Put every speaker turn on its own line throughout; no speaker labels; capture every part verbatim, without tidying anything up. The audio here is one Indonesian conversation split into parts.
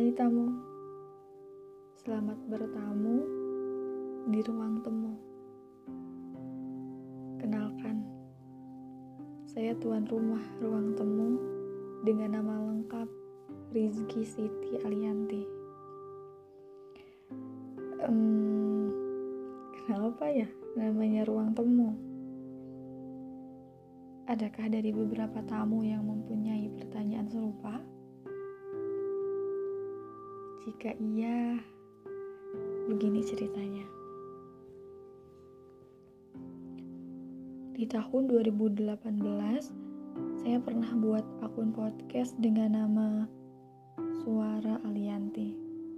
Hai tamu, selamat bertamu di ruang temu. Kenalkan, saya tuan rumah ruang temu dengan nama lengkap Rizky Siti Alianti. Um, kenapa ya namanya ruang temu? Adakah dari beberapa tamu yang mempunyai pertanyaan serupa? Jika iya, begini ceritanya. Di tahun dua ribu delapan belas, saya pernah buat akun podcast dengan nama Suara Alianti.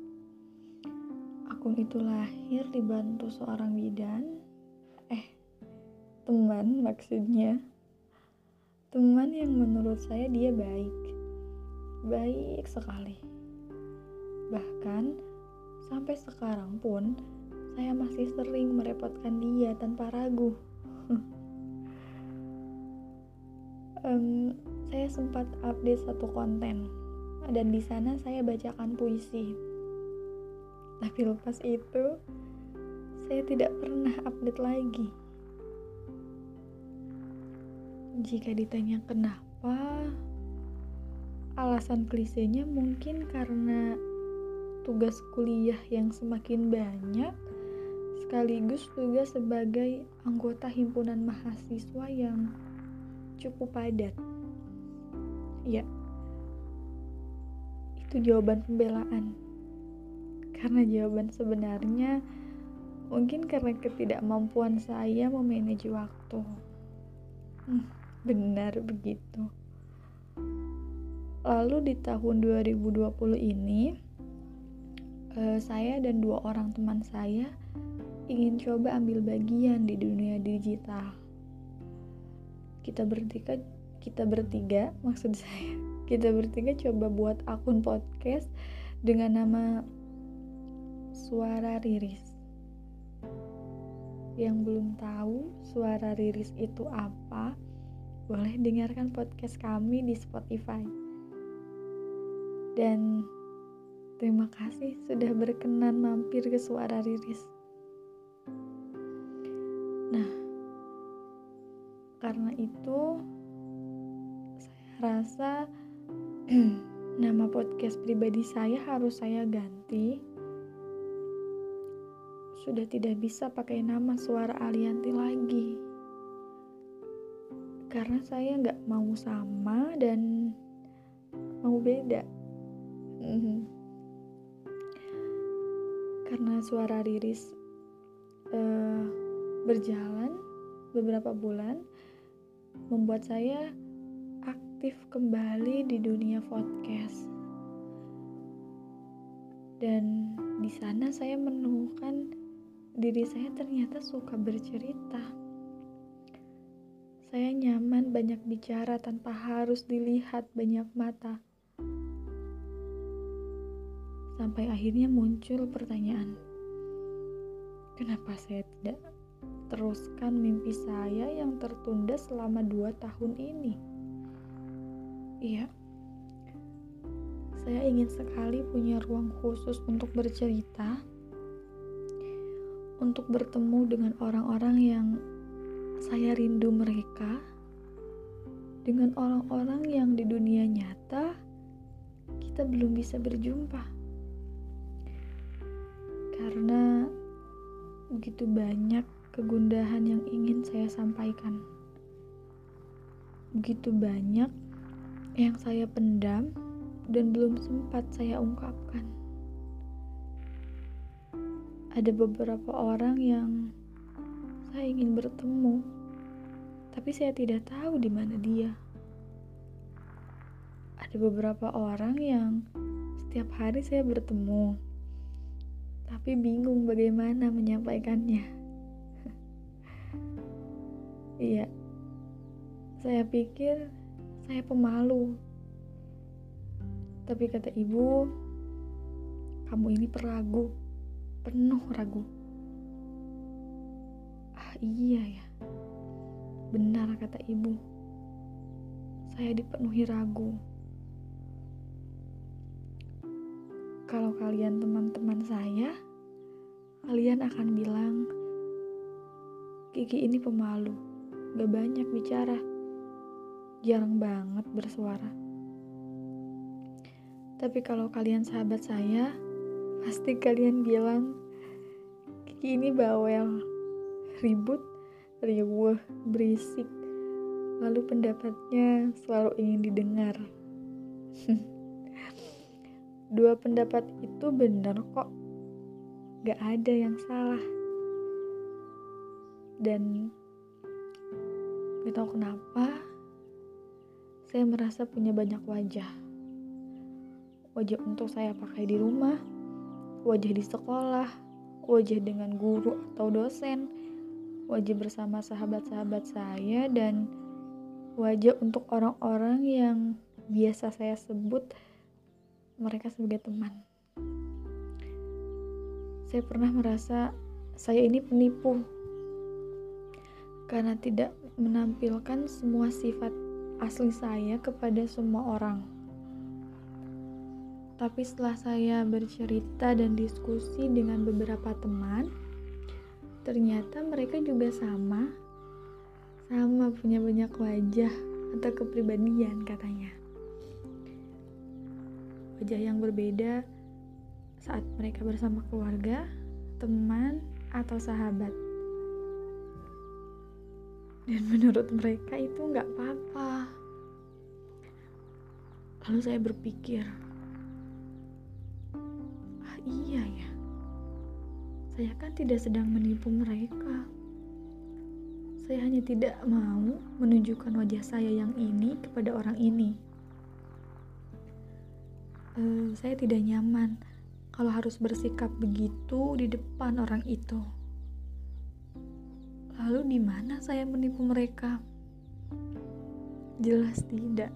Akun itu lahir dibantu seorang bidan, eh, teman maksudnya. Teman yang menurut saya dia baik, baik sekali. Bahkan sampai sekarang pun saya masih sering merepotkan dia tanpa ragu. um, saya sempat update satu konten dan di sana saya bacakan puisi. Tapi lepas itu saya tidak pernah update lagi. Jika ditanya kenapa, alasan klisenya mungkin karena tugas kuliah yang semakin banyak, sekaligus tugas sebagai anggota himpunan mahasiswa yang cukup padat. Ya, itu jawaban pembelaan. Karena jawaban sebenarnya mungkin karena ketidakmampuan saya memanage waktu. Hmm, benar begitu. Lalu di tahun dua ribu dua puluh ini, Uh, saya dan dua orang teman saya ingin coba ambil bagian di dunia digital. Kita bertiga, kita bertiga, maksud saya, kita bertiga coba buat akun podcast dengan nama Suara Riris. Yang belum tahu Suara Riris itu apa, boleh dengarkan podcast kami di Spotify. Dan terima kasih sudah berkenan mampir ke Suara Riris. Nah, karena itu saya rasa nama podcast pribadi saya harus saya ganti. Sudah tidak bisa pakai nama Suara Alianti lagi. Karena saya gak mau sama dan mau beda. Karena Suara Riris uh, berjalan beberapa bulan, membuat saya aktif kembali di dunia podcast. Dan di sana saya menemukan diri saya ternyata suka bercerita. Saya nyaman banyak bicara tanpa harus dilihat banyak mata. Sampai akhirnya muncul pertanyaan, kenapa saya tidak teruskan mimpi saya yang tertunda selama dua tahun ini? Iya, saya ingin sekali punya ruang khusus untuk bercerita, untuk bertemu dengan orang-orang yang saya rindu mereka, dengan orang-orang yang di dunia nyata kita belum bisa berjumpa. Karena begitu banyak kegundahan yang ingin saya sampaikan. Begitu banyak yang saya pendam dan belum sempat saya ungkapkan. Ada beberapa orang yang saya ingin bertemu, tapi saya tidak tahu di mana dia. Ada beberapa orang yang setiap hari saya bertemu, tapi bingung bagaimana menyampaikannya. Iya, saya pikir saya pemalu. Tapi kata ibu, kamu ini peragu, penuh ragu. Ah iya ya, benar kata ibu. Saya dipenuhi ragu. Kalau kalian teman-teman saya, kalian akan bilang, Kiki ini pemalu, gak banyak bicara, jarang banget bersuara. Tapi kalau kalian sahabat saya, pasti kalian bilang, Kiki ini bawel, ribut, riuh, berisik, lalu pendapatnya selalu ingin didengar. Dua pendapat itu benar kok, gak ada yang salah. Dan gak tahu kenapa, saya merasa punya banyak wajah. Wajah untuk saya pakai di rumah, wajah di sekolah, wajah dengan guru atau dosen, wajah bersama sahabat-sahabat saya, dan wajah untuk orang-orang yang biasa saya sebut mereka sebagai teman. Saya pernah merasa saya ini penipu karena tidak menampilkan semua sifat asli saya kepada semua orang. Tapi setelah saya bercerita dan diskusi dengan beberapa teman, ternyata mereka juga sama, sama punya banyak wajah atau kepribadian katanya. Wajah yang berbeda saat mereka bersama keluarga, teman, atau sahabat. Dan menurut mereka itu gak apa-apa. Lalu saya berpikir, ah iya ya, saya kan tidak sedang menipu mereka. Saya hanya tidak mau menunjukkan wajah saya yang ini kepada orang ini. Uh, saya tidak nyaman kalau harus bersikap begitu di depan orang itu. Lalu di mana saya menipu mereka? Jelas tidak.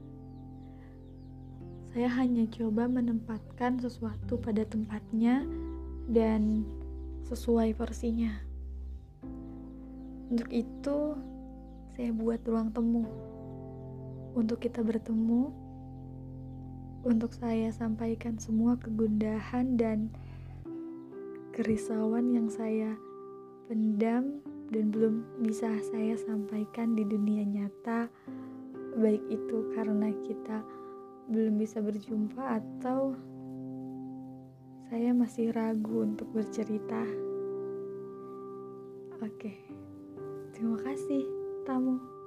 Saya hanya coba menempatkan sesuatu pada tempatnya dan sesuai porsinya. Untuk itu, saya buat ruang temu untuk kita bertemu, untuk saya sampaikan semua kegundahan dan kerisauan yang saya pendam dan belum bisa saya sampaikan di dunia nyata, baik itu karena kita belum bisa berjumpa atau saya masih ragu untuk bercerita. Oke, terima kasih tamu.